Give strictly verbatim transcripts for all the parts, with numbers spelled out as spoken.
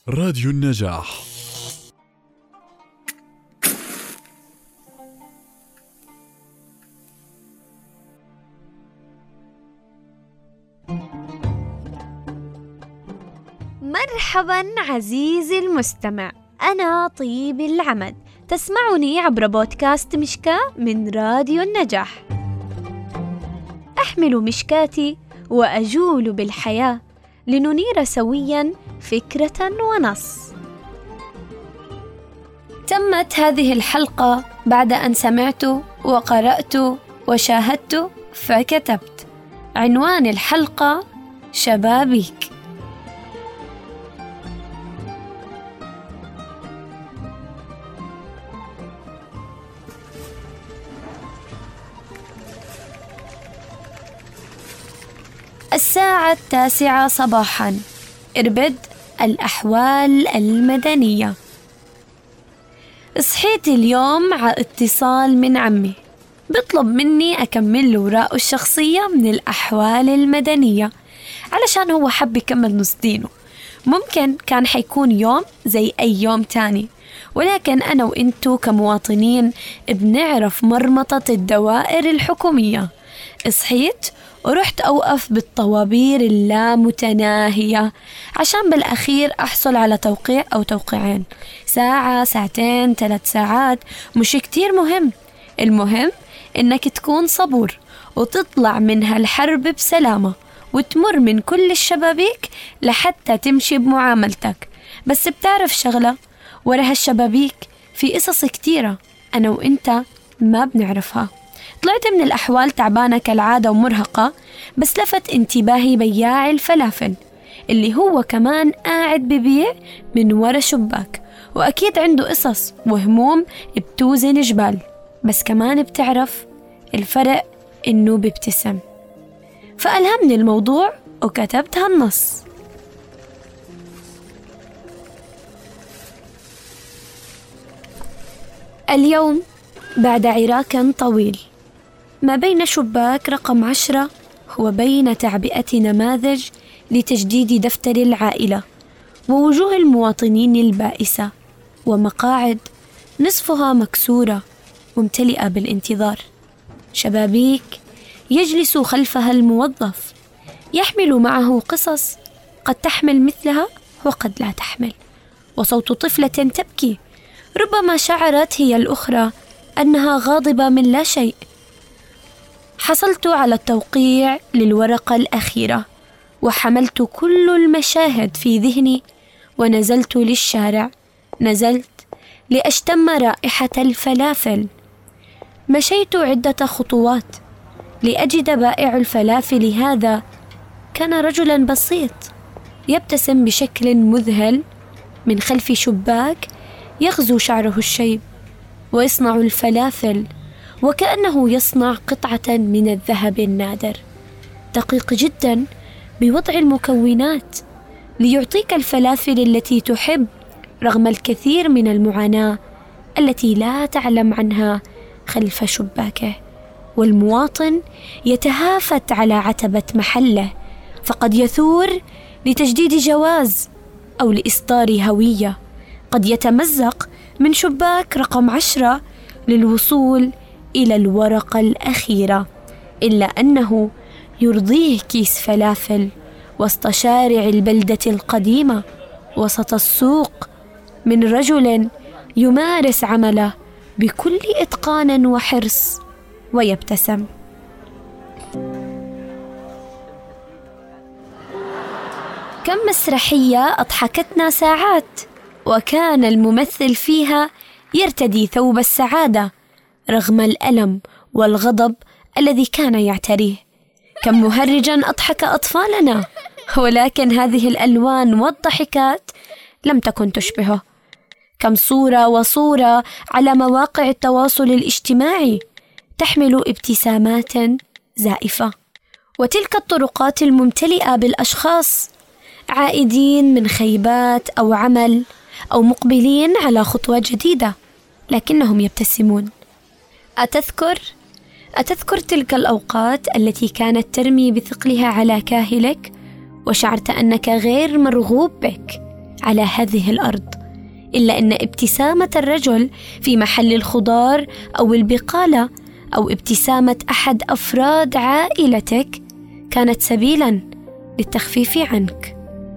راديو النجاح. مرحبا عزيزي المستمع، أنا طيب العمد، تسمعني عبر بودكاست مشكاة من راديو النجاح. أحمل مشكاتي وأجول بالحياة لننير سويا فكرة ونص. تمت هذه الحلقة بعد أن سمعت وقرأت وشاهدت فكتبت. عنوان الحلقة: شبابيك. الساعة التاسعة صباحاً، إربد، الأحوال المدنية. صحيت اليوم على اتصال من عمي بيطلب مني أكمل له وراءه الشخصية من الأحوال المدنية علشان هو حب يكمل نص دينه. ممكن كان حيكون يوم زي أي يوم تاني، ولكن أنا وإنتو كمواطنين بنعرف مرمطة الدوائر الحكومية. صحيت ورحت أوقف بالطوابير اللامتناهية عشان بالأخير أحصل على توقيع أو توقيعين، ساعة، ساعتين، ثلاث ساعات، مش كتير مهم. المهم إنك تكون صبور وتطلع من هالحرب بسلامة وتمر من كل الشبابيك لحتى تمشي بمعاملتك. بس بتعرف شغلة؟ ورا هالشبابيك في قصص كتيرة أنا وإنت ما بنعرفها. طلعت من الأحوال تعبانة كالعادة ومرهقة، بس لفت انتباهي بياع الفلافل اللي هو كمان قاعد ببيع من ورا شباك، وأكيد عنده قصص وهموم بتوزن جبال. بس كمان بتعرف الفرق إنه بيبتسم. فألهمني الموضوع وكتبت هالنص. اليوم بعد عراك طويل ما بين شباك رقم عشرة وبين تعبئة نماذج لتجديد دفتر العائلة ووجوه المواطنين البائسة، ومقاعد نصفها مكسورة ممتلئة بالانتظار، شبابيك يجلس خلفها الموظف يحمل معه قصص قد تحمل مثلها وقد لا تحمل، وصوت طفلة تبكي ربما شعرت هي الأخرى أنها غاضبة من لا شيء. حصلت على التوقيع للورقة الأخيرة وحملت كل المشاهد في ذهني ونزلت للشارع. نزلت لأشتم رائحة الفلافل. مشيت عدة خطوات لأجد بائع الفلافل هذا كان رجلا بسيط يبتسم بشكل مذهل من خلف شباك يغزو شعره الشيب ويصنع الفلافل وكأنه يصنع قطعة من الذهب النادر، دقيق جدا بوضع المكونات ليعطيك الفلافل التي تحب رغم الكثير من المعاناة التي لا تعلم عنها خلف شباكه. والمواطن يتهافت على عتبة محله، فقد يثور لتجديد جواز أو لإصدار هوية، قد يتمزق من شباك رقم عشرة للوصول إلى الورقة الأخيرة، إلا أنه يرضيه كيس فلافل وسط شارع البلدة القديمة وسط السوق من رجل يمارس عمله بكل إتقان وحرص ويبتسم. كم مسرحية أضحكتنا ساعات وكان الممثل فيها يرتدي ثوب السعادة رغم الألم والغضب الذي كان يعتريه. كم مهرجا أضحك أطفالنا ولكن هذه الألوان والضحكات لم تكن تشبهه. كم صورة وصورة على مواقع التواصل الاجتماعي تحمل ابتسامات زائفة، وتلك الطرقات الممتلئة بالأشخاص عائدين من خيبات أو عمل أو مقبلين على خطوة جديدة لكنهم يبتسمون. أتذكر أتذكر تلك الأوقات التي كانت ترمي بثقلها على كاهلك وشعرت أنك غير مرغوب بك، على هذه الأرض، إلا أن ابتسامة الرجل في محل الخضار أو البقالة أو ابتسامة أحد أفراد عائلتك كانت سبيلاً للتخفيف عنك.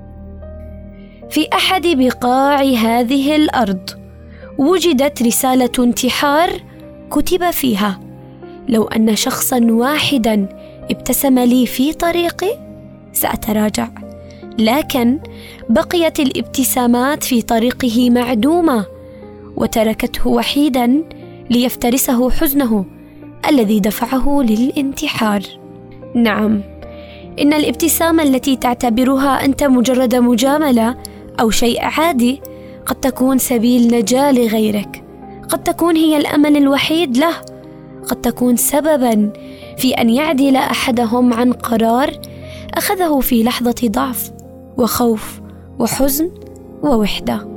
في أحد بقاع هذه الأرض وجدت رسالة انتحار كتب فيها: لو أن شخصاً واحداً ابتسم لي في طريقي سأتراجع، لكن بقيت الابتسامات في طريقه معدومة وتركته وحيداً ليفترسه حزنه الذي دفعه للانتحار. نعم، إن الابتسامة التي تعتبرها أنت مجرد مجاملة أو شيء عادي قد تكون سبيل نجاة لغيرك، قد تكون هي الأمل الوحيد له، قد تكون سبباً في أن يعدل أحدهم عن قرار أخذه في لحظة ضعف وخوف وحزن ووحدة.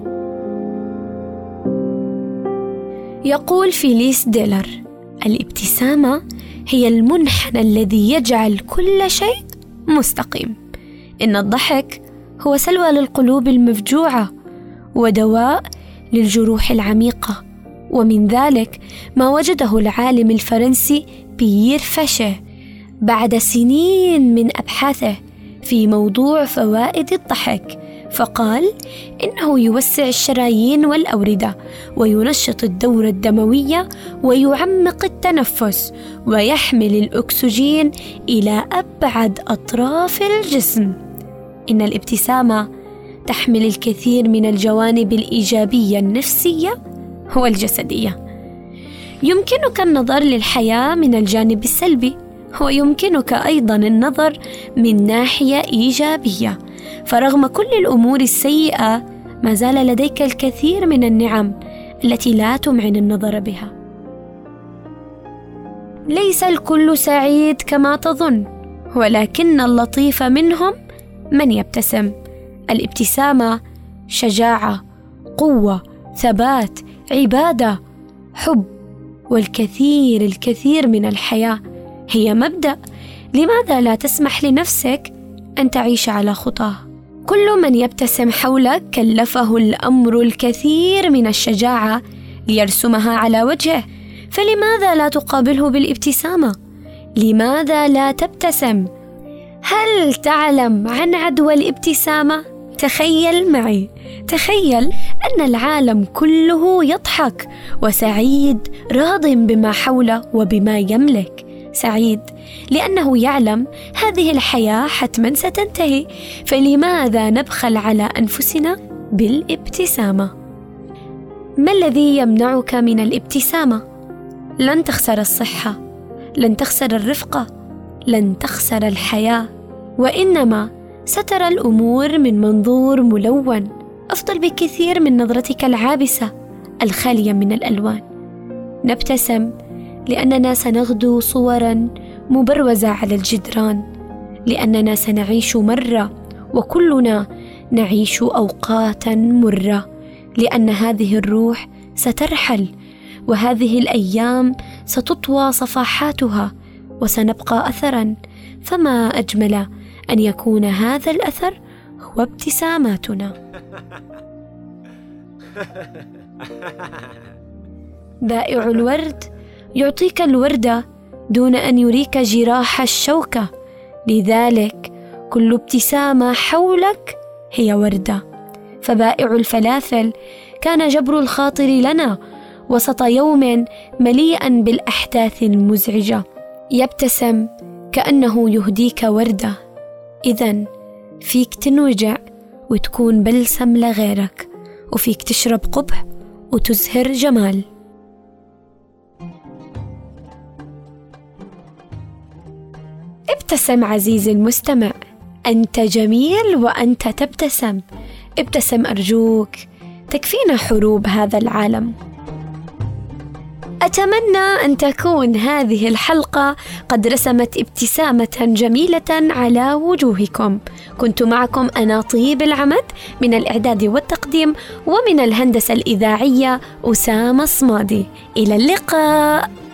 يقول فيليس ديلر: الابتسامة هي المنحنى الذي يجعل كل شيء مستقيم. إن الضحك هو سلوى للقلوب المفجوعة ودواء للجروح العميقة، ومن ذلك ما وجده العالم الفرنسي بيير فاشيه بعد سنين من أبحاثه في موضوع فوائد الضحك، فقال إنه يوسع الشرايين والأوردة وينشط الدورة الدموية ويعمق التنفس ويحمل الأكسجين إلى أبعد أطراف الجسم. إن الابتسامة تحمل الكثير من الجوانب الإيجابية النفسية والجسدية. يمكنك النظر للحياة من الجانب السلبي، ويمكنك أيضا النظر من ناحية إيجابية، فرغم كل الأمور السيئة ما زال لديك الكثير من النعم التي لا تمعن النظر بها. ليس الكل سعيد كما تظن، ولكن اللطيف منهم من يبتسم. الابتسامة شجاعة، قوة، ثبات، عبادة، حب، والكثير الكثير من الحياة. هي مبدأ. لماذا لا تسمح لنفسك أن تعيش على خطاه؟ كل من يبتسم حولك كلفه الأمر الكثير من الشجاعة ليرسمها على وجهه، فلماذا لا تقابله بالابتسامة؟ لماذا لا تبتسم؟ هل تعلم عن عدوى الابتسامة؟ تخيل معي، تخيل أن العالم كله يضحك وسعيد، راض بما حوله وبما يملك. سعيد لأنه يعلم هذه الحياة حتما ستنتهي، فلماذا نبخل على أنفسنا بالابتسامة؟ ما الذي يمنعك من الابتسامة؟ لن تخسر الصحة، لن تخسر الرفقة، لن تخسر الحياة، وإنما سترى الأمور من منظور ملون أفضل بكثير من نظرتك العابسة الخالية من الألوان. نبتسم لأننا سنغدو صوراً مبروزة على الجدران، لأننا سنعيش مرة وكلنا نعيش أوقاتاً مرة، لأن هذه الروح سترحل وهذه الأيام ستطوى صفحاتها وسنبقى أثراً، فما أجمل أن يكون هذا الأثر هو ابتساماتنا. بائع الورد يعطيك الوردة دون أن يريك جراح الشوكة، لذلك كل ابتسامة حولك هي وردة. فبائع الفلافل كان جبر الخاطر لنا وسط يوم مليئا بالأحداث المزعجة، يبتسم كأنه يهديك وردة. إذن فيك تنوجع وتكون بلسم لغيرك، وفيك تشرب قبح وتزهر جمال. ابتسم عزيزي المستمع، أنت جميل وأنت تبتسم. ابتسم أرجوك، تكفينا حروب هذا العالم. أتمنى أن تكون هذه الحلقة قد رسمت ابتسامة جميلة على وجوهكم. كنت معكم أنا طيب العمد من الإعداد والتقديم، ومن الهندسة الإذاعية أسامة صمادي. إلى اللقاء.